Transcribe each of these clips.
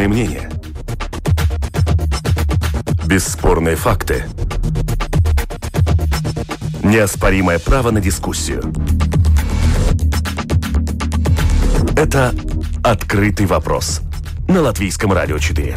Экспертные мнения. Бесспорные факты. Неоспоримое право на дискуссию. Это «Открытый вопрос» на Латвийском радио 4.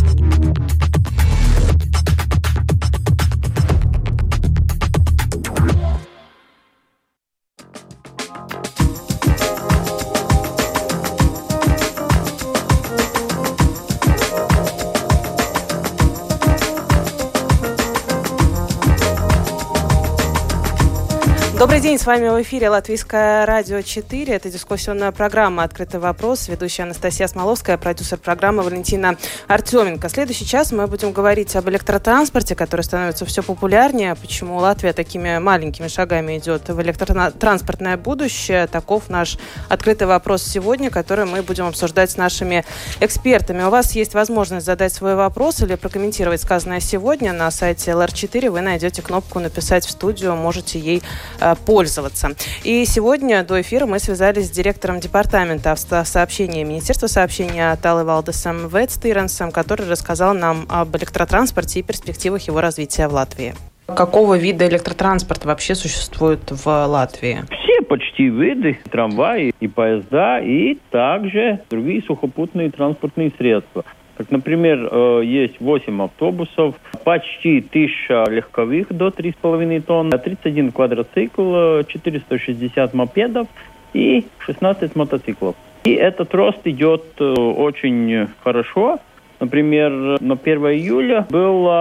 Добрый день, с вами в эфире Латвийское радио 4. Это дискуссионная программа «Открытый вопрос». Ведущая Анастасия Смоловская, продюсер программы Валентина Артеменко. В следующий час мы будем говорить об электротранспорте, который становится все популярнее. Почему Латвия такими маленькими шагами идет в электротранспортное будущее? Таков наш открытый вопрос сегодня, который мы будем обсуждать с нашими экспертами. У вас есть возможность задать свой вопрос или прокомментировать сказанное сегодня. На сайте LR4 вы найдете кнопку «Написать в студию», можете ей пользоваться. И сегодня до эфира мы связались с директором департамента автосообщения Министерства сообщения Талой Валдесом Ветстиренсом, который рассказал нам об электротранспорте и перспективах его развития в Латвии. Какого вида электротранспорта вообще существует в Латвии? Все почти виды, трамваи и поезда, и также другие сухопутные транспортные средства. Как, например, есть 8 автобусов, почти 1000 легковых до 3,5 тонн, 31 квадроцикл, 460 мопедов и 16 мотоциклов. И этот рост идет очень хорошо. Например, на 1 июля было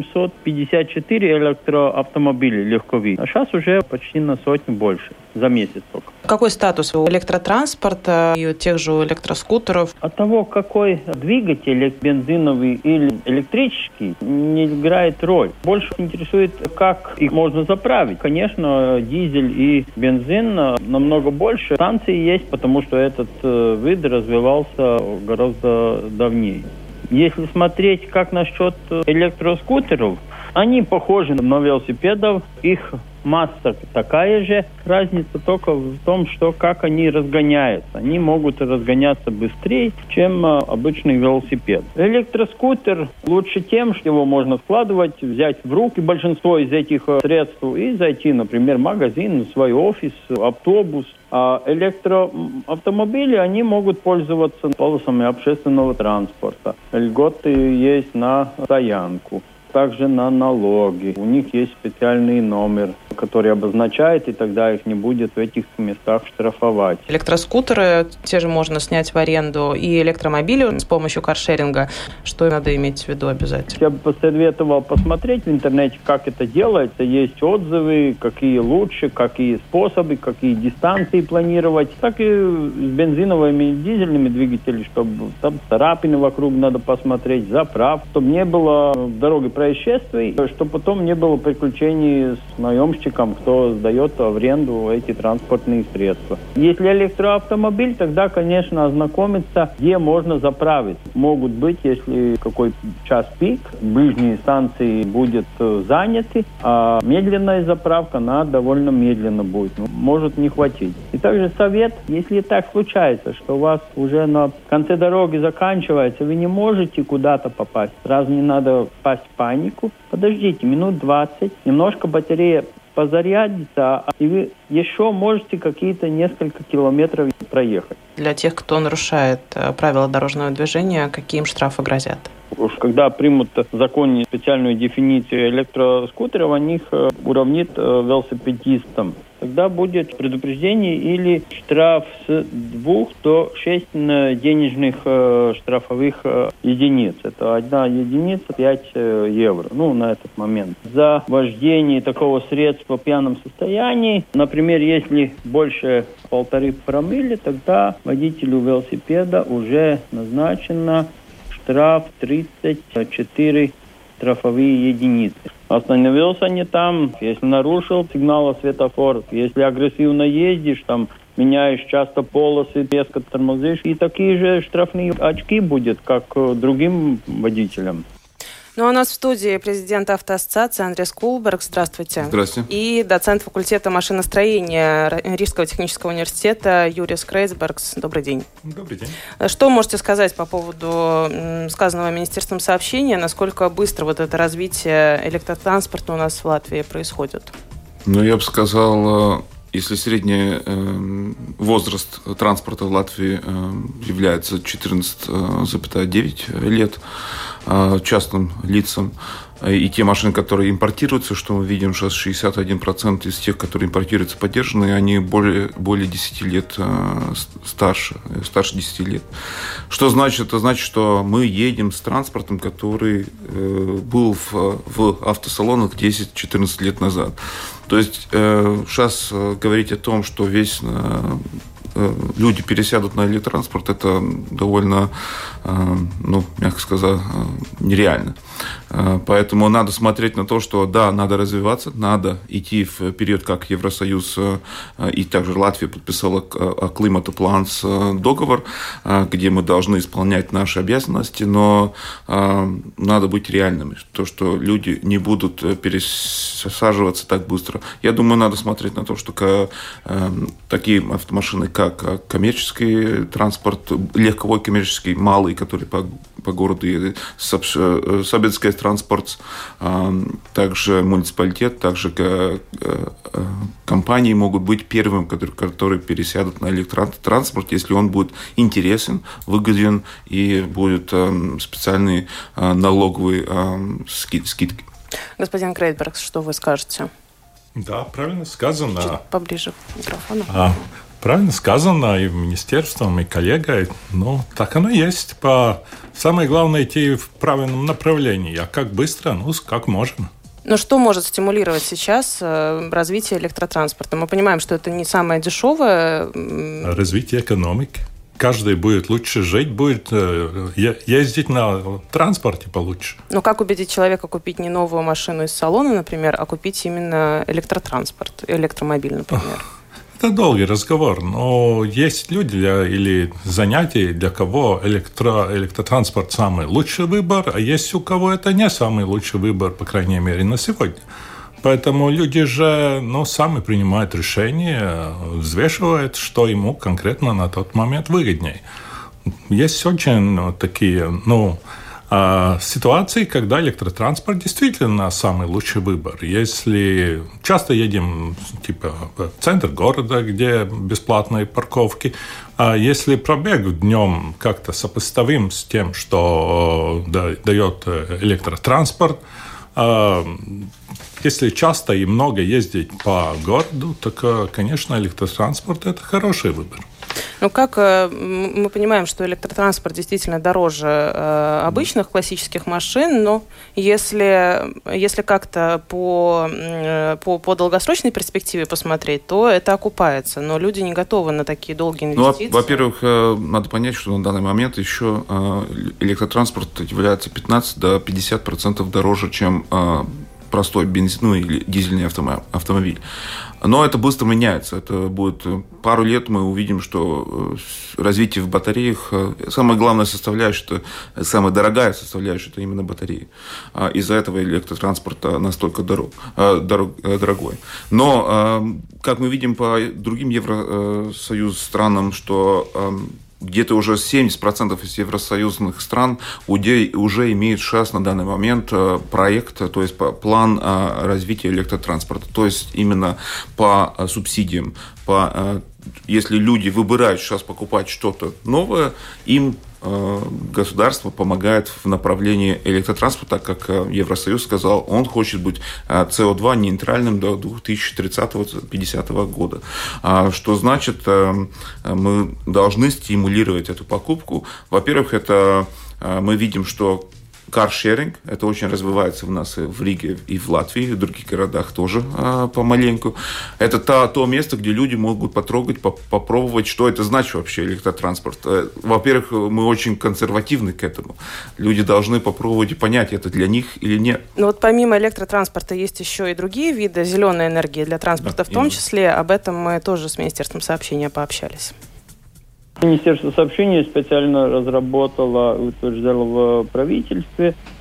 854 электроавтомобилей легковых, а сейчас уже почти на 100 больше за месяц только. Какой статус у электротранспорта и у тех же электроскутеров? От того, какой двигатель, бензиновый или электрический, не играет роль. Больше интересует, как их можно заправить. Конечно, дизель и бензин намного больше. Станции есть, потому что этот вид развивался гораздо давнее. Если смотреть, как насчет электроскутеров, они похожи на велосипедов, их масса такая же, разница только в том, что как они разгоняются. Они могут разгоняться быстрее, чем обычный велосипед. Электроскутер лучше тем, что его можно складывать, взять в руки большинство из этих средств и зайти, например, в магазин, в свой офис, автобус. А электроавтомобили, они могут пользоваться полосами общественного транспорта. Льготы есть на стоянку, также на налоги. У них есть специальный номер, который обозначает, и тогда их не будет в этих местах штрафовать. Электроскутеры те же можно снять в аренду, и электромобили с помощью каршеринга. Что надо иметь в виду обязательно? Я бы посоветовал посмотреть в интернете, как это делается. Есть отзывы, какие лучше, какие способы, какие дистанции планировать. Так и с бензиновыми и дизельными двигателями, чтобы там царапины вокруг надо посмотреть, заправ, чтобы не было дороги происшествий, чтобы потом не было приключений с наемщиком, кто сдает в аренду эти транспортные средства. Если электроавтомобиль, тогда, конечно, ознакомиться, где можно заправить. Могут быть, если какой час пик, ближние станции будут заняты, а медленная заправка, она довольно медленно будет. Может не хватить. И также совет, если так случается, что у вас уже на конце дороги заканчивается, вы не можете куда-то попасть, сразу не надо впасть в панику. Подождите минут 20, немножко батарея позарядится, и вы еще можете какие-то несколько километров проехать. Для тех, кто нарушает правила дорожного движения, какие им штрафы грозят? Уж когда примут в законе специальную дефиницию электроскутеров, они их уравнит велосипедистам. Тогда будет предупреждение или штраф с 2 до 6 денежных штрафовых единиц. Это 1 единица 5 евро, на этот момент. За вождение такого средства в пьяном состоянии, например, если больше 1,5 промилле, тогда водителю велосипеда уже назначено штраф 34 штрафовые единицы. Остановился не там, если нарушил сигнал светофора, если агрессивно ездишь, меняешь часто полосы, резко тормозишь, и такие же штрафные очки будет, как другим водителям. Ну, а у нас в студии президент автоассоциации Андрей Скулберг. Здравствуйте. Здравствуйте. И доцент факультета машиностроения Рижского технического университета Юрис Крейсбергс. Добрый день. Добрый день. Что можете сказать по поводу сказанного Министерством сообщения? Насколько быстро вот это развитие электротранспорта у нас в Латвии происходит? Ну, я бы сказал, если средний возраст транспорта в Латвии является 14,9 лет частным лицам, и те машины, которые импортируются, что мы видим сейчас, 61% из тех, которые импортируются, поддержанные, они более 10 лет старше 10 лет. Что значит? Это значит, что мы едем с транспортом, который был в автосалонах 10-14 лет назад. То есть сейчас говорить о том, что люди пересядут на электротранспорт, это довольно, мягко сказать, нереально. Поэтому надо смотреть на то, что да, надо развиваться, надо идти вперед, как Евросоюз и также Латвия подписала климатоплан договор, где мы должны исполнять наши обязанности, но надо быть реальными, то, что люди не будут пересаживаться так быстро. Я думаю, надо смотреть на то, что такие автомашины, как коммерческий транспорт, легковой коммерческий, малый, который по городу едет, Сабинский транспорт, также муниципалитет, также компании могут быть первыми, которые пересядут на электротранспорт, если он будет интересен, выгоден и будут специальные налоговые скидки. Господин Крейсберг, что вы скажете? Да, правильно сказано. Чуть поближе к микрофону. Правильно сказано и министерством, и коллегой. Так оно и есть. Самое главное идти в правильном направлении. А как быстро? Как можно. Но что может стимулировать сейчас развитие электротранспорта? Мы понимаем, что это не самое дешевое. Развитие экономики. Каждый будет лучше жить, будет ездить на транспорте получше. Но как убедить человека купить не новую машину из салона, например, а купить именно электротранспорт, электромобиль, например? Это долгий разговор, но есть люди или занятия, для кого электротранспорт самый лучший выбор, а есть у кого это не самый лучший выбор, по крайней мере, на сегодня. Поэтому люди же сами принимают решения, взвешивают, что ему конкретно на тот момент выгоднее. Есть очень такие ситуации, когда электротранспорт действительно самый лучший выбор. Если часто едем в центр города, где бесплатные парковки, а если пробег днем как-то сопоставим с тем, что дает электротранспорт, если часто и много ездить по городу, то, конечно, электротранспорт – это хороший выбор. Как мы понимаем, что электротранспорт действительно дороже обычных классических машин, но если как-то по долгосрочной перспективе посмотреть, то это окупается. Но люди не готовы на такие долгие инвестиции. Во-первых, надо понять, что на данный момент еще электротранспорт является 15-50% дороже, чем простой бензиновый или дизельный автомобиль. Но это быстро меняется. Это будет пару лет, мы увидим, что развитие в батареях, самая главная составляющая, самая дорогая составляющая, это именно батареи. Из-за этого электротранспорт настолько дорогой. Но, как мы видим по другим Евросоюз странам, что где-то уже 70% из евросоюзных стран уже имеют сейчас на данный момент проект, то есть план развития электротранспорта, то есть именно по субсидиям. Если люди выбирают сейчас покупать что-то новое, им государство помогает в направлении электротранспорта, как Евросоюз сказал, он хочет быть СО2 нейтральным до 2030-2050 года. Что значит, мы должны стимулировать эту покупку. Во-первых, это мы видим, что каршеринг, это очень развивается у нас и в Риге, и в Латвии, и в других городах тоже помаленьку. Это то место, где люди могут потрогать, попробовать, что это значит вообще электротранспорт. Во-первых, мы очень консервативны к этому. Люди должны попробовать и понять, это для них или нет. Но помимо электротранспорта есть еще и другие виды зеленой энергии для транспорта, в том числе. Об этом мы тоже с Министерством сообщения пообщались. Министерство сообщения специально разработало и утверждало в правительстве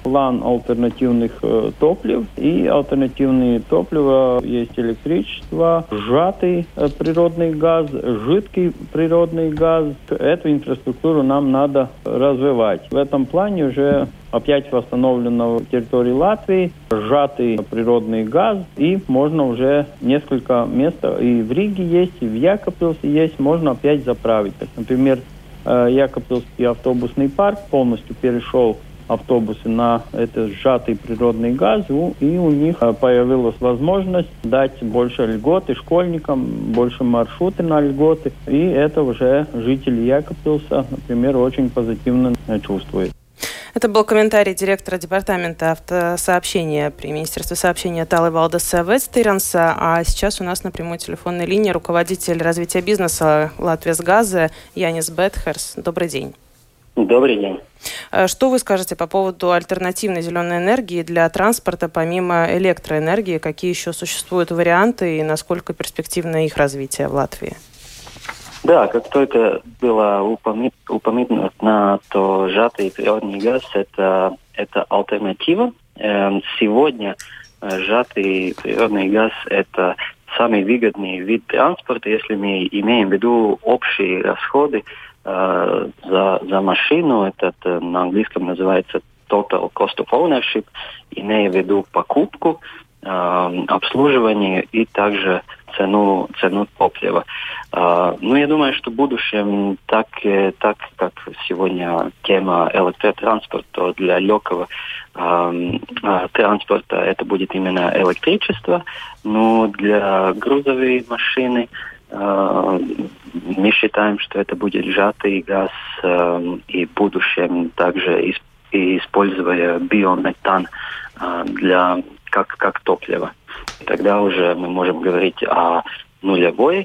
план альтернативных топлив. И альтернативные топлива есть электричество, сжатый природный газ, жидкий природный газ. Эту инфраструктуру нам надо развивать. В этом плане уже опять восстановлено в территории Латвии сжатый природный газ, и можно уже несколько мест и в Риге есть, и в Якобилсе есть, можно опять заправить. Так, например, Якобилский автобусный парк полностью перешел автобусы на этот сжатый природный газ, и у них появилась возможность дать больше льготы школьникам, больше маршруты на льготы, и это уже жители Якобилса, например, очень позитивно чувствуют. Это был комментарий директора департамента автосообщения при Министерстве сообщения Талы Валдеса Вецтеренса. А сейчас у нас на прямой телефонной линии руководитель развития бизнеса Латвийсгаза Янис Бетхерс. Добрый день. Добрый день. Что вы скажете по поводу альтернативной зеленой энергии для транспорта помимо электроэнергии? Какие еще существуют варианты и насколько перспективно их развитие в Латвии? Да, как только было упомянуто, то сжатый природный газ – это альтернатива. Сегодня сжатый природный газ – это самый выгодный вид транспорта, если мы имеем в виду общие расходы за машину. Это на английском называется total cost of ownership, имея в виду покупку, обслуживание и также цену топлива. Я думаю, что в будущем, так как сегодня тема электротранспорта, то для легкого транспорта это будет именно электричество, но для грузовой машины мы считаем, что это будет сжатый газ и в будущем также используя биометан как топливо. И тогда уже мы можем говорить о нулевом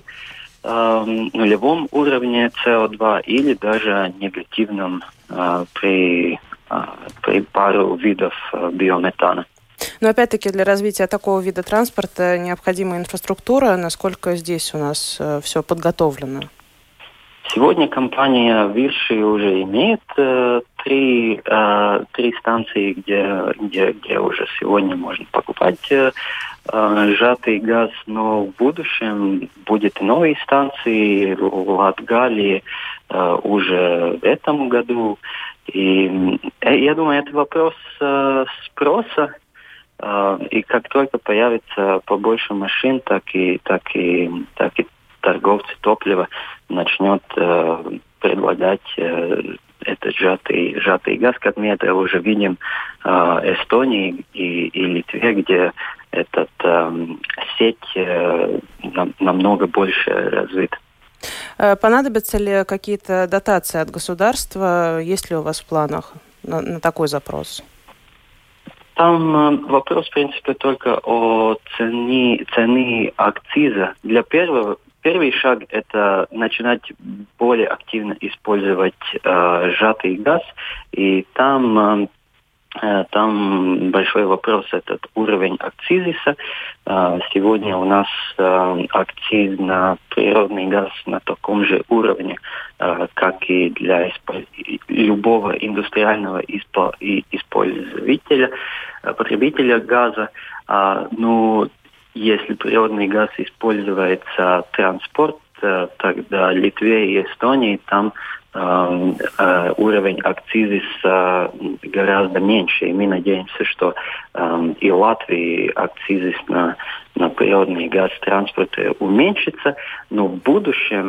уровне СО2 или даже негативном при пару видов биометана. Но опять-таки для развития такого вида транспорта необходима инфраструктура. Насколько здесь у нас все подготовлено? Сегодня компания Вирши уже имеет три станции, где уже сегодня можно покупать сжатый газ, но в будущем будет и новые станции в Латгалии уже в этом году. И я думаю, это вопрос спроса. И как только появится побольше машин, так и торговцы топлива начнут предлагать этот сжатый газ, как мы это уже видим в Эстонии и Литве, где эта сеть намного больше развита. Понадобятся ли какие-то дотации от государства? Есть ли у вас в планах на такой запрос? Там вопрос, в принципе, только о цене акциза. Первый шаг – это начинать более активно использовать сжатый газ. И там большой вопрос – этот уровень акциза. Сегодня у нас акциз на природный газ на таком же уровне, как и для любого индустриального потребителя газа. Но если природный газ используется в транспорт, тогда в Литве и Эстонии там уровень акциза гораздо меньше. И мы надеемся, что и в Латвии акцизы на природный газ в транспорте уменьшится. Но в будущем,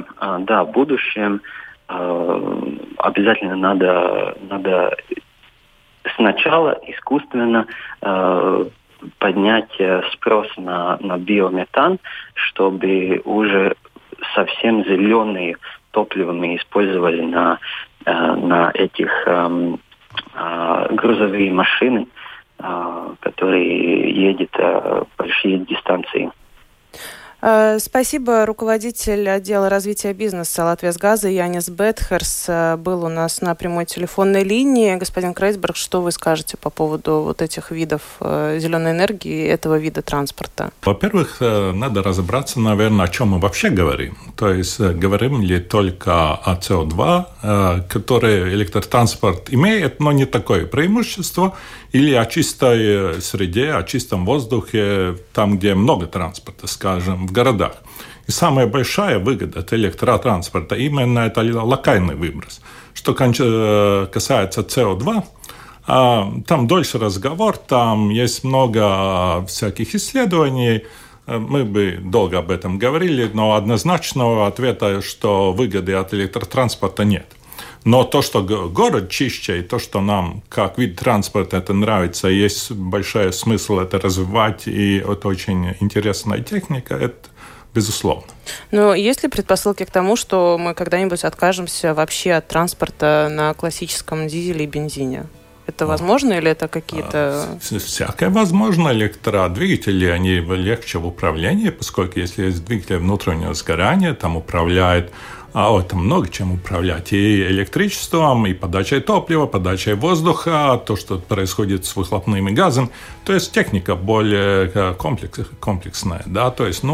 обязательно надо сначала искусственно поднять спрос на биометан, чтобы уже совсем зеленые топлива мы использовали на этих грузовые машины, которые едут большие дистанции. Спасибо. Руководитель отдела развития бизнеса Латвийсгаза Янис Бетхерс был у нас на прямой телефонной линии. Господин Крейсберг, что вы скажете по поводу вот этих видов зеленой энергии, этого вида транспорта? Во-первых, надо разобраться, наверное, о чем мы вообще говорим. То есть, говорим ли только о СО2, который электротранспорт имеет, но не такое преимущество, или о чистой среде, о чистом воздухе, там, где много транспорта, скажем, в городах. И самая большая выгода от электротранспорта именно это локальный выброс. Что касается СО2, там дольше разговор, там есть много всяких исследований, мы бы долго об этом говорили, но однозначного ответа, что выгоды от электротранспорта нет. Но то, что город чище, и то, что нам как вид транспорта это нравится, есть большой смысл это развивать, и это очень интересная техника, это безусловно. Но есть ли предпосылки к тому, что мы когда-нибудь откажемся вообще от транспорта на классическом дизеле и бензине? Это возможно или это какие-то... Всякое возможно. Электродвигатели, они легче в управлении, поскольку если есть двигатель внутреннего сгорания, там управляет... это много чем управлять. И электричеством, и подачей топлива, подачей воздуха, то, что происходит с выхлопными газами. То есть техника более комплексная. Да? То есть,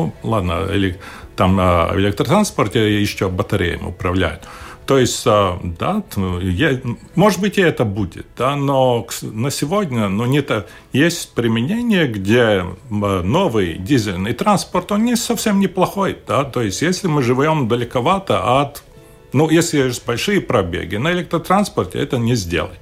там в электротранспорте еще батареями управляют. То есть, да, может быть, и это будет, да, но на сегодня есть применение, где новый дизельный транспорт, он не совсем неплохой, да, то есть, если мы живем далековато от, если есть большие пробеги, на электротранспорте это не сделать.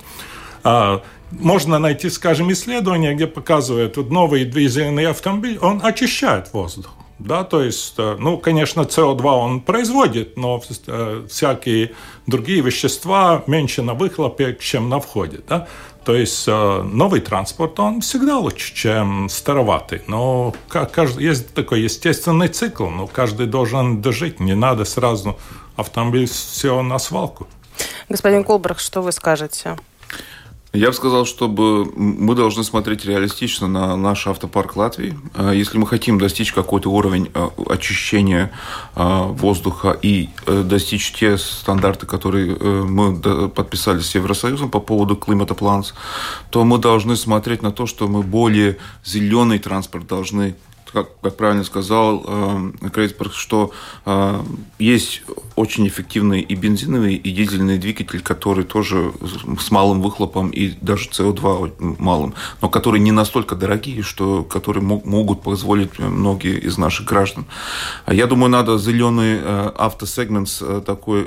Можно найти, скажем, исследования, где показывают, новый дизельный автомобиль, он очищает воздух. Да, то есть, конечно, СО2 он производит, но всякие другие вещества меньше на выхлопе, чем на входе. Да? То есть, новый транспорт, он всегда лучше, чем староватый. Но есть такой естественный цикл, но каждый должен дожить. Не надо сразу автомобиль все на свалку. Господин Колберг, что вы скажете? Я бы сказал, чтобы мы должны смотреть реалистично на наш автопарк Латвии. Если мы хотим достичь какой-то уровень очищения воздуха и достичь те стандарты, которые мы подписали с Евросоюзом по поводу климата-планс, то мы должны смотреть на то, что мы более зеленый транспорт должны, как правильно сказал Крейсберг, что есть очень эффективные и бензиновые, и дизельные двигатели, которые тоже с малым выхлопом и даже СО2 малым, но которые не настолько дорогие, которые могут позволить многие из наших граждан. Я думаю, надо зеленый автосегмент, такой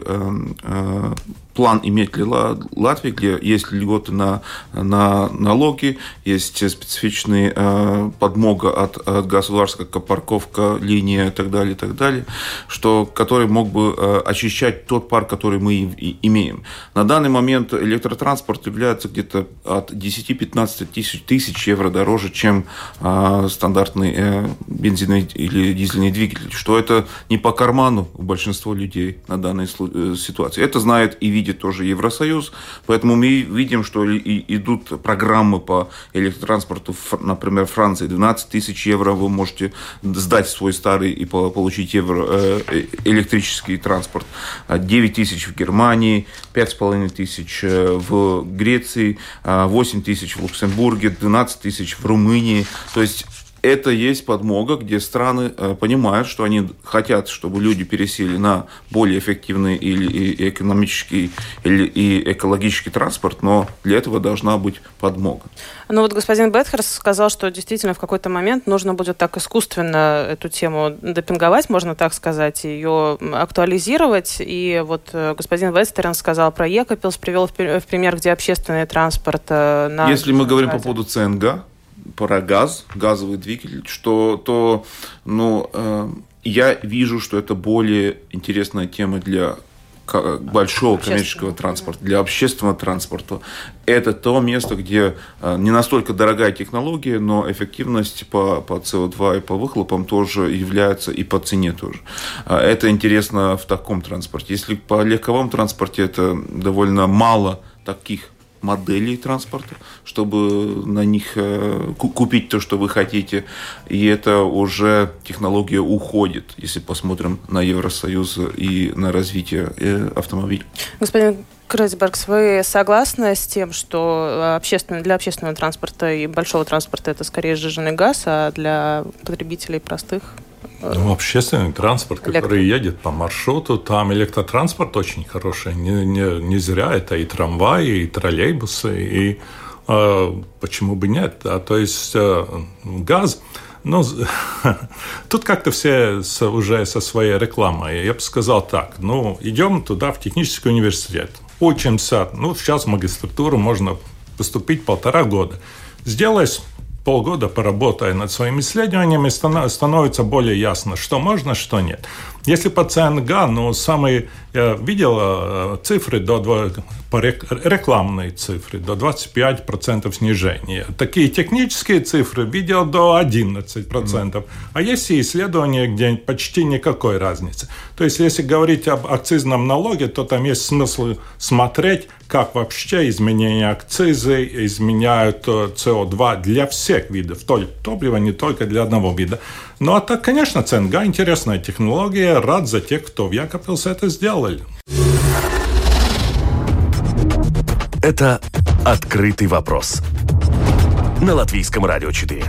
план иметь для Латвии, где есть льготы на налоги, есть специфичные подмога от государства, как парковка, линия и так далее, который мог бы очищать тот парк, который мы имеем. На данный момент электротранспорт является где-то от 10-15 тысяч евро дороже, чем стандартный бензиновый или дизельный двигатель, что это не по карману у большинства людей на данной ситуации. Это знает и видит тоже Евросоюз, поэтому мы видим, что идут программы по электротранспорту, например, в Франции 12 тысяч евро вы можете сдать свой старый и получить электрический транспорт, 9 тысяч в Германии, 5,5 тысяч в Греции, 8 тысяч в Люксембурге, 12 тысяч в Румынии, то есть это есть подмога, где страны понимают, что они хотят, чтобы люди пересели на более эффективный и экономический и экологический транспорт, но для этого должна быть подмога. Господин Бетхерс сказал, что действительно в какой-то момент нужно будет так искусственно эту тему допинговать, можно так сказать, ее актуализировать. И господин Вестерен сказал про Екапилс, привел в пример, где общественный транспорт... Если мы говорим по поводу ЦНГ, про газовый двигатель, я вижу, что это более интересная тема для большого коммерческого транспорта, для общественного транспорта. Это то место, где не настолько дорогая технология, но эффективность по СО2 и по выхлопам тоже является, и по цене тоже. Это интересно в таком транспорте. Если по легковом транспорте это довольно мало таких моделей транспорта, чтобы на них купить то, что вы хотите. И это уже технология уходит, если посмотрим на Евросоюз и на развитие автомобилей. Господин Кройсбергс, вы согласны с тем, что для общественного транспорта и большого транспорта это скорее сжиженный газ, а для потребителей простых? Общественный транспорт, который едет по маршруту, там электротранспорт очень хороший. Не зря это и трамваи, и троллейбусы, и почему бы нет? То есть газ... Тут как-то все уже со своей рекламой. Я бы сказал так, идем туда, в технический университет, учимся, сейчас в магистратуру можно поступить 1,5 года. Сделаешь полгода, поработая над своими исследованиями, становится более ясно, что можно, что нет. Если по ЦНГ, я видел цифры рекламные цифры, до 25% снижения. Такие технические цифры видел до 11%. А есть и исследования, где почти никакой разницы. То есть, если говорить об акцизном налоге, то там есть смысл смотреть, как вообще изменения акцизы изменяют СО2 для всех видов топлива, не только для одного вида. А так, конечно, ЦНГ интересная технология. Рад за тех, кто в Jēkabpils это сделали. Это «Открытый вопрос» на Латвийском радио 4.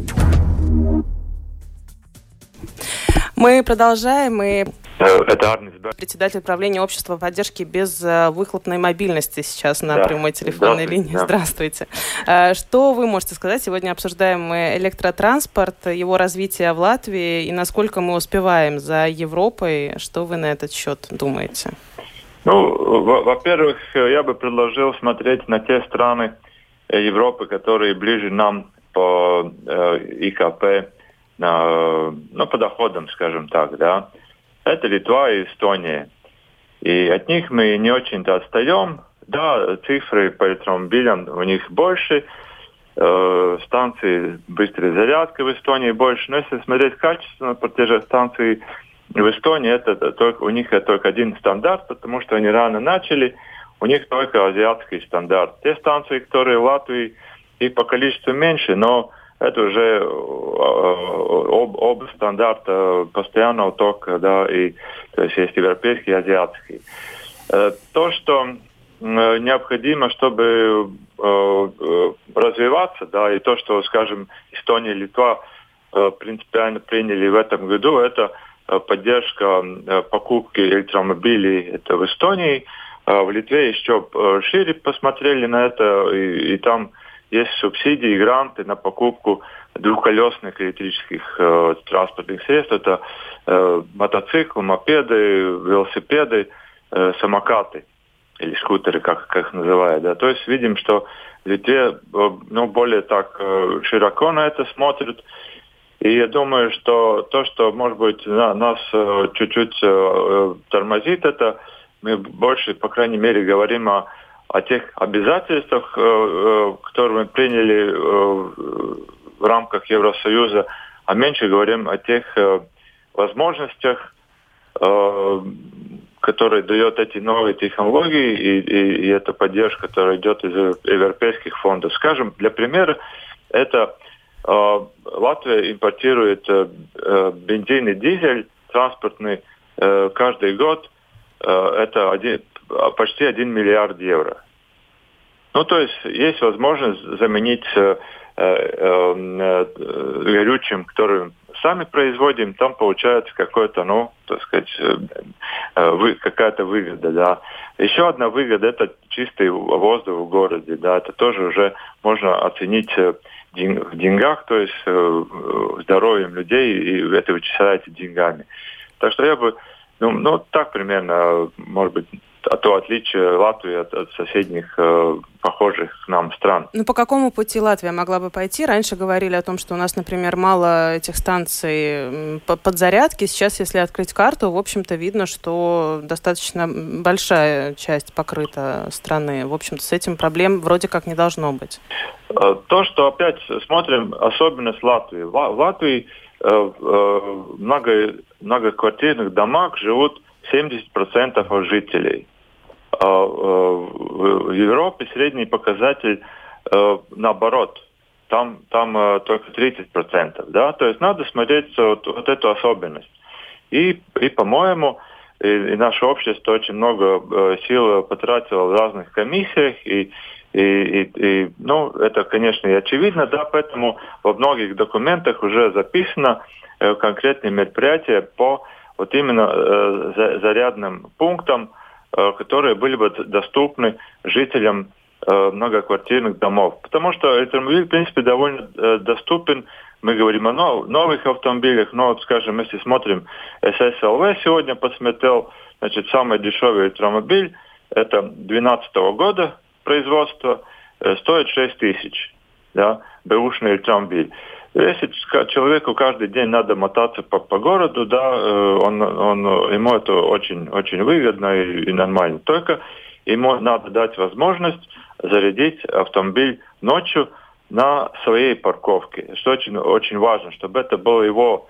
Мы продолжаем. Это Арнис Б. Председатель правления общества поддержки безвыхлопной мобильности сейчас на прямой телефонной линии. Да. Здравствуйте. Что вы можете сказать? Сегодня обсуждаем мы электротранспорт, его развитие в Латвии и насколько мы успеваем за Европой. Что вы на этот счет думаете? Во-первых, я бы предложил смотреть на те страны Европы, которые ближе нам по ИКП, по доходам, скажем так, да. Это Литва и Эстония. И от них мы не очень-то отстаем. Да, цифры по электромобилям у них больше, станции быстрой зарядки в Эстонии больше. Но если смотреть качественно по те же станции в Эстонии, у них это только один стандарт, потому что они рано начали. У них только азиатский стандарт. Те станции, которые в Латвии, их по количеству меньше, но это уже оба стандарта постоянного тока, да, и то есть европейский и азиатский. То, что необходимо, чтобы развиваться, да, и то, что, скажем, Эстония и Литва принципиально приняли в этом году, это поддержка покупки электромобилей это в Эстонии. В Литве еще шире посмотрели на это, и там есть субсидии и гранты на покупку двухколесных электрических транспортных средств. Это мотоциклы, мопеды, велосипеды, самокаты или скутеры, как их называют. Да. То есть видим, что в Литве более так широко на это смотрят. И я думаю, что то, что, может быть, нас чуть-чуть тормозит, это мы больше, по крайней мере, говорим о тех обязательствах, которые мы приняли в рамках Евросоюза, а меньше говорим о тех возможностях, которые дают эти новые технологии и эта поддержка, которая идет из европейских фондов. Скажем, для примера, это Латвия импортирует бензин и дизель транспортный каждый год. Это почти 1 миллиард евро. То есть возможность заменить горючим, который сами производим, там получается какой-то, какая-то выгода, да. Еще одна выгода – это чистый воздух в городе, да, это тоже уже можно оценить в деньгах, то есть здоровьем людей, и это вычисляется деньгами. Так что я бы, так примерно, может быть, то отличие Латвии от соседних похожих к нам стран. По какому пути Латвия могла бы пойти? Раньше говорили о том, что у нас, например, мало этих станций подзарядки. Сейчас, если открыть карту, в общем-то, видно, что достаточно большая часть покрыта страны. В общем-то, с этим проблем вроде как не должно быть. То, что опять смотрим, особенность Латвии. В Латвии в многоквартирных домах живут 70% жителей. в Европе средний показатель наоборот. Там только 30%. Да? То есть надо смотреть вот эту особенность. И по-моему, и наше общество очень много сил потратило в разных комиссиях, и это, конечно, и очевидно, да, поэтому во многих документах уже записано конкретные мероприятия по вот именно зарядным пунктам, которые были бы доступны жителям многоквартирных домов. Потому что электромобиль, в принципе, довольно доступен. Мы говорим о новых автомобилях, но, вот, скажем, если смотрим SSLV, сегодня посмотрел, значит, самый дешевый электромобиль, это 2012 года производства, стоит 6 тысяч, да, бэушный электромобиль. Если человеку каждый день надо мотаться по городу, да, ему это очень, очень выгодно и нормально. Только ему надо дать возможность зарядить автомобиль ночью на своей парковке. Что очень, очень важно, чтобы это была его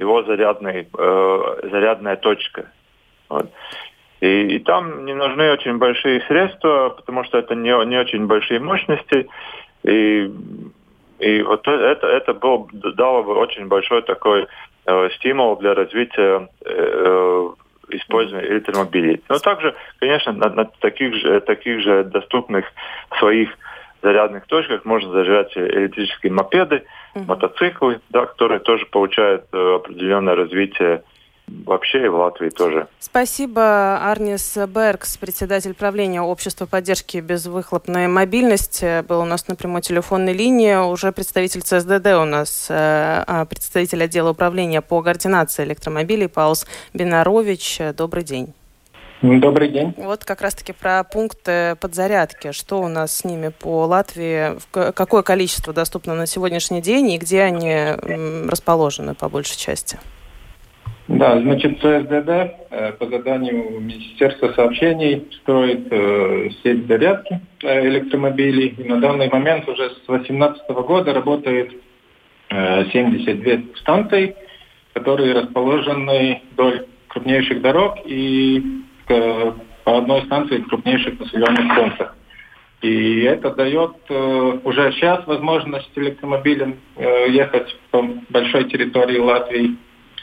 зарядная точка. Вот. И там не нужны очень большие средства, потому что это не очень большие мощности. И вот это дало бы очень большой такой стимул для развития использования электромобилей. Но также, конечно, на таких же доступных своих зарядных точках можно заряжать электрические мопеды, мотоциклы, да, которые тоже получают определенное развитие вообще и в Латвии тоже. Спасибо. Арнис Беркс, председатель правления Общества поддержки безвыхлопной мобильности, был у нас на прямой телефонной линии. Уже представитель ЦСДД у нас, представитель отдела управления по координации электромобилей Паулс Бенарович. Добрый день. Добрый день. Вот как раз-таки про пункты подзарядки. Что у нас с ними по Латвии? Какое количество доступно на сегодняшний день и где они расположены по большей части? Да, значит, ЦСДД по заданию Министерства сообщений строит сеть зарядки электромобилей. И на данный момент уже с 2018 года работает 72 станции, которые расположены вдоль крупнейших дорог и по одной станции в крупнейших населенных пунктах. И это дает уже сейчас возможность электромобилям ехать по большой территории Латвии.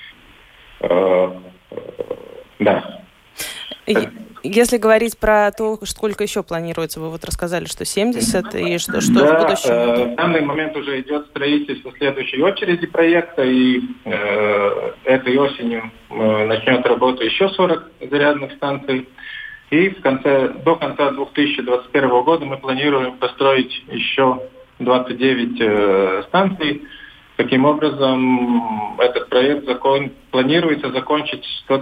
Да. Если говорить про то, сколько еще планируется, вы вот рассказали, что 70, и что в будущем? В данный момент уже идет строительство следующей очереди проекта, и этой осенью начнет работу еще 40 зарядных станций. И до конца 2021 года мы планируем построить еще 29 станций. Таким образом, этот проект планируется закончить со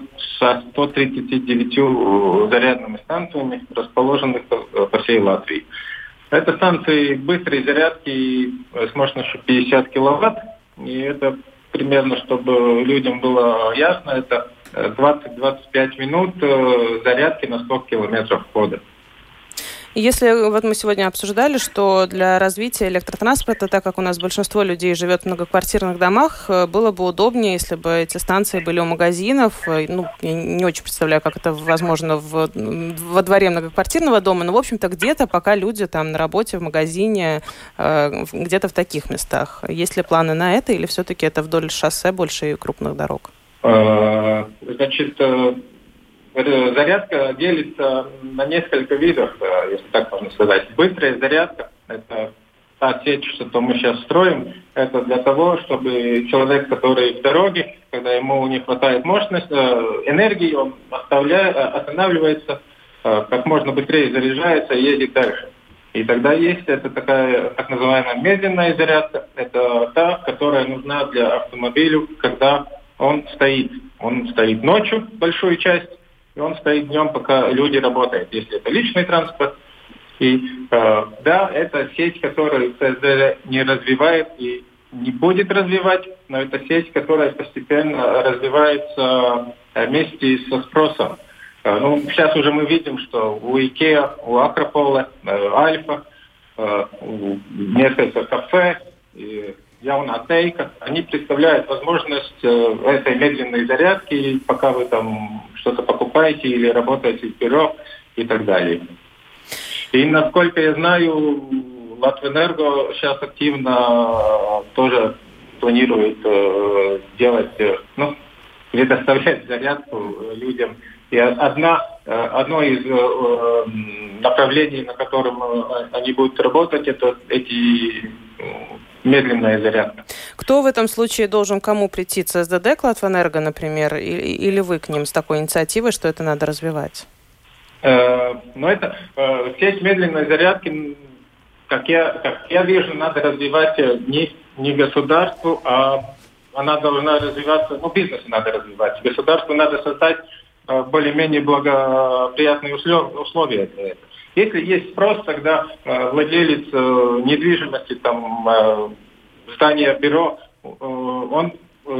139 зарядными станциями, расположенных по всей Латвии. Это станции быстрой зарядки с мощностью 50 киловатт. И это примерно, чтобы людям было ясно, это 20-25 минут зарядки на 100 километров хода. Если вот мы сегодня обсуждали, что для развития электротранспорта, так как у нас большинство людей живет в многоквартирных домах, было бы удобнее, если бы эти станции были у магазинов. Ну, я не очень представляю, как это возможно во дворе многоквартирного дома, но, в общем-то, где-то, пока люди там на работе, в магазине, где-то в таких местах. Есть ли планы на это или все-таки это вдоль шоссе больше и крупных дорог? Значит, зарядка делится на несколько видов, если так можно сказать. Быстрая зарядка – это та сеть, что мы сейчас строим. Это для того, чтобы человек, который в дороге, когда ему не хватает мощности, энергии, он останавливается, как можно быстрее заряжается и едет дальше. И тогда есть это такая так называемая медленная зарядка. Это та, которая нужна для автомобиля, когда он стоит. Он стоит ночью, большую часть, и он стоит днем, пока люди работают, если это личный транспорт. И да, это сеть, которую ЦСДД не развивает и не будет развивать, но это сеть, которая постепенно развивается вместе со спросом. Ну, сейчас уже мы видим, что у Икеа, у Акропола, Альфа, несколько кафе, Яунатейка, они представляют возможность этой медленной зарядки, пока вы там что-то покупаете или работаете в бюро, и так далее. И насколько я знаю, Латвэнерго сейчас активно тоже планирует делать, предоставлять зарядку людям. И одно из направлений, на котором они будут работать, это эти медленная зарядка. Кто в этом случае должен кому прийти? ЦСДД к Латвэнерго, например, или вы к ним с такой инициативой, что это надо развивать? Это сеть медленной зарядки, как я вижу, надо развивать не государству, а она должна развиваться, бизнесу надо развивать. Государству надо создать более-менее благоприятные условия для этого. Если есть спрос, тогда владелец недвижимости, здания бюро, он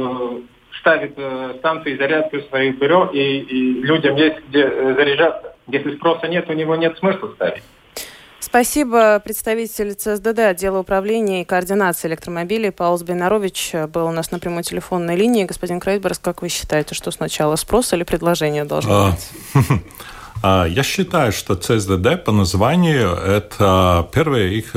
ставит станции зарядки в своих бюро, и людям есть где заряжаться. Если спроса нет, у него нет смысла ставить. Спасибо. Представитель ЦСДД отдела управления и координации электромобилей Паулс Бенарович был у нас на прямой телефонной линии. Господин Крейдберс, как вы считаете, что сначала спрос или предложение должно быть? Я считаю, что ЦСДД по названию это первая их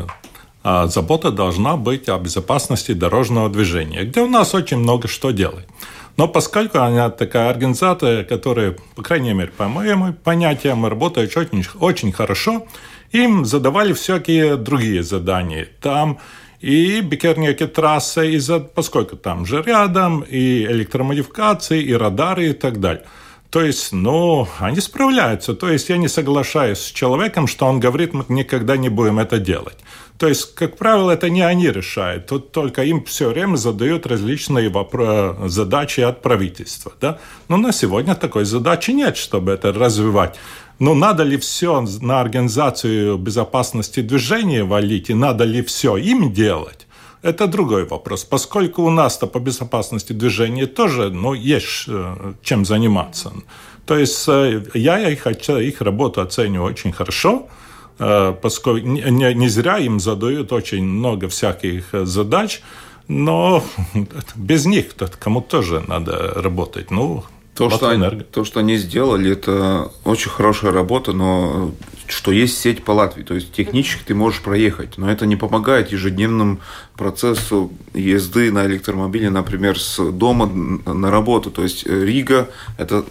забота должна быть о безопасности дорожного движения, где у нас очень много что делает. Но поскольку она такая организация, которая, по крайней мере, по моим понятиям, работает очень хорошо, им задавали всякие другие задания. Там и бикерники трассы, поскольку там же рядом, и электромодификации, и радары, и так далее. То есть, они справляются. То есть, я не соглашаюсь с человеком, что он говорит, мы никогда не будем это делать. То есть, как правило, это не они решают. Тут только им все время задают различные задачи от правительства. Да? Но на сегодня такой задачи нет, чтобы это развивать. Надо ли все на организацию безопасности движения валить, и надо ли все им делать? Это другой вопрос. Поскольку у нас-то по безопасности движения тоже есть чем заниматься. То есть я их работу оцениваю очень хорошо, поскольку не зря им задают очень много всяких задач, но без них кому-то тоже надо работать. То, что они сделали, это очень хорошая работа, но что есть сеть по Латвии. То есть технически ты можешь проехать, но это не помогает ежедневному процессу езды на электромобиле, например, с дома на работу. То есть Рига – это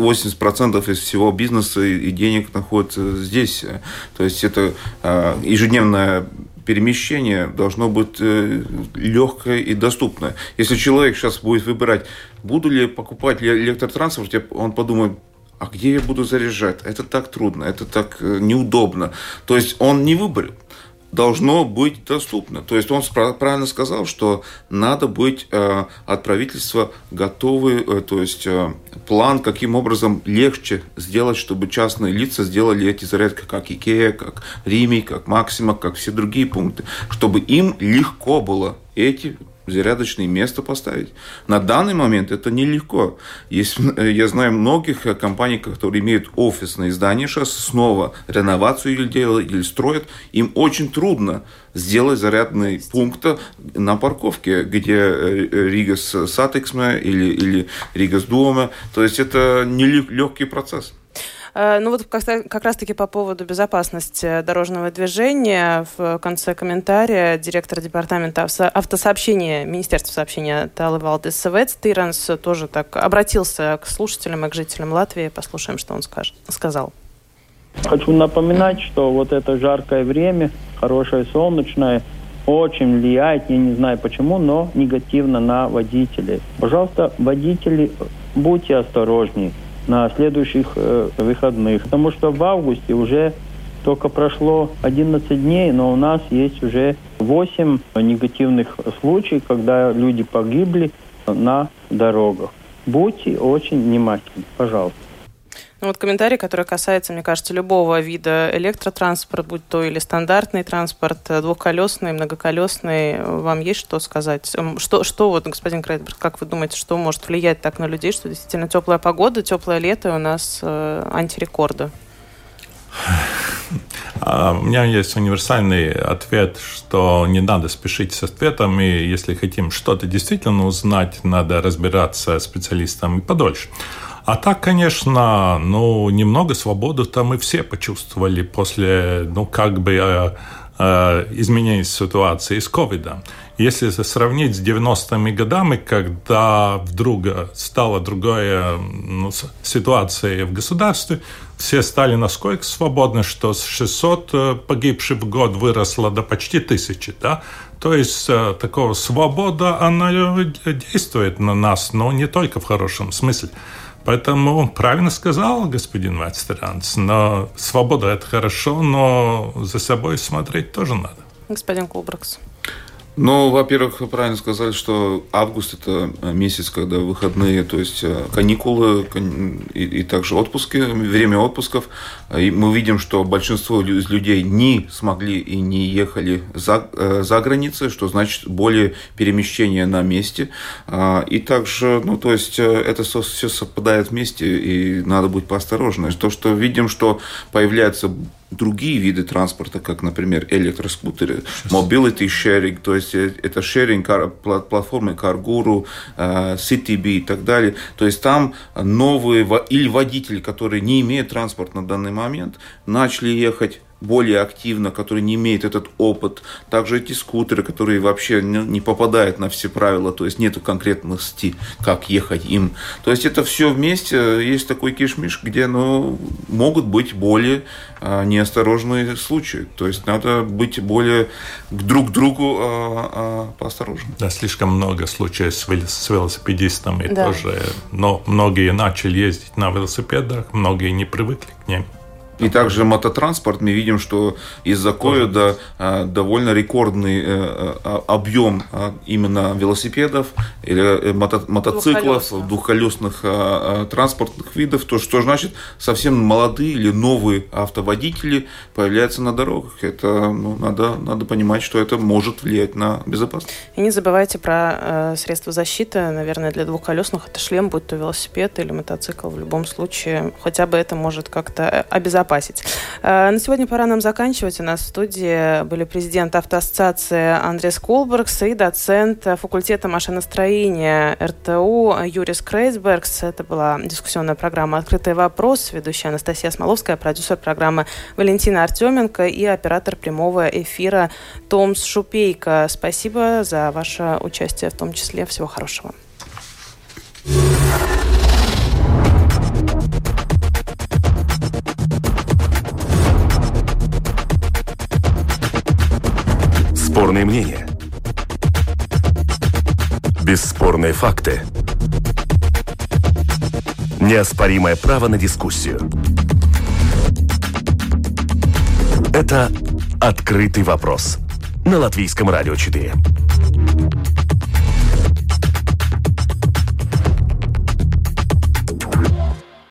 80% из всего бизнеса и денег находится здесь. То есть это ежедневное перемещение должно быть легкое и доступное. Если человек сейчас будет выбирать, буду ли покупать электротранспорт, он подумает, а где я буду заряжать? Это так трудно, это так неудобно. То есть он не выберет. Должно быть доступно. То есть он правильно сказал, что надо быть от правительства готовы, то есть план, каким образом легче сделать, чтобы частные лица сделали эти зарядки, как Икеа, как Рими, как Максима, как все другие пункты, чтобы им легко было эти зарядочные места поставить. На данный момент это нелегко. Я знаю многих компаний, которые имеют офисные здания, сейчас снова реновацию делают или строят. Им очень трудно сделать зарядные пункты на парковке, где Рига с Сатексме или Рига с Дома. То есть это нелегкий процесс. Как раз-таки по поводу безопасности дорожного движения в конце комментария директор департамента автосообщения Министерства сообщения Талли Валдис Севец Тиранс тоже так обратился к слушателям и к жителям Латвии. Послушаем, что он сказал. Хочу напоминать, что вот это жаркое время, хорошее солнечное, очень влияет, я не знаю почему, но негативно на водителей. Пожалуйста, водители, будьте осторожнее на следующих выходных. Потому что в августе уже только прошло 11 дней, но у нас есть уже 8 негативных случаев, когда люди погибли на дорогах. Будьте очень внимательны, пожалуйста. Комментарий, который касается, мне кажется, любого вида электротранспорта, будь то или стандартный транспорт, двухколесный, многоколесный. Вам есть что сказать? Что господин Крейдберг, как вы думаете, что может влиять так на людей, что действительно теплая погода, теплое лето, и у нас антирекорды? У меня есть универсальный ответ, что не надо спешить с ответом, и если хотим что-то действительно узнать, надо разбираться с специалистом подольше. А так, конечно, немного свободы-то мы все почувствовали после, изменения ситуации с ковидом. Если сравнить с 90-ми годами, когда вдруг стала другая ситуация в государстве, все стали насколько свободны, что с 600 погибших в год выросло до почти 1000, да? То есть такого свобода, она действует на нас, но не только в хорошем смысле. Поэтому правильно сказал господин Вацтеранц, но свобода – это хорошо, но за собой смотреть тоже надо. Господин Кулбракс. Во-первых, вы правильно сказали, что август – это месяц, когда выходные, то есть каникулы и также отпуски, время отпусков. И мы видим, что большинство из людей не смогли и не ехали за границей, что значит более перемещения на месте. И также, это все совпадает вместе, и надо быть поосторожней. То, что видим, что появляются другие виды транспорта, как, например, электроскутеры, mobility sharing, то есть это шеринг платформы CarGuru, CityBee и так далее. То есть там новые или водители, которые не имеют транспорта на данный момент, начали ехать более активно, которые не имеют этот опыт. Также эти скутеры, которые вообще не попадают на все правила, то есть нету конкретности, как ехать им. То есть это все вместе, есть такой киш-миш, где могут быть более неосторожные случаи. То есть надо быть более друг к другу поосторожнее. Да, слишком много случаев с велосипедистами тоже. Но многие начали ездить на велосипедах, многие не привыкли к ним. И также мототранспорт, мы видим, что из-за ковида довольно рекордный объем именно велосипедов или мотоциклов, двухколесных транспортных видов, то что значит совсем молодые или новые автоводители появляются на дорогах. Это надо понимать, что это может влиять на безопасность. И не забывайте про средства защиты, наверное, для двухколесных это шлем, будь то велосипед или мотоцикл, в любом случае, хотя бы это может как-то обезопасить. На сегодня пора нам заканчивать. У нас в студии были президент автоассоциации Андрес Кулбракс и доцент факультета машиностроения РТУ Юрис Крейсбергс. Это была дискуссионная программа «Открытый вопрос». Ведущая Анастасия Смоловская, продюсер программы Валентина Артеменко и оператор прямого эфира Томс Шупейко. Спасибо за ваше участие в том числе. Всего хорошего. Спорные мнения. Бесспорные факты. Неоспоримое право на дискуссию. Это «Открытый вопрос» на Латвийском радио 4.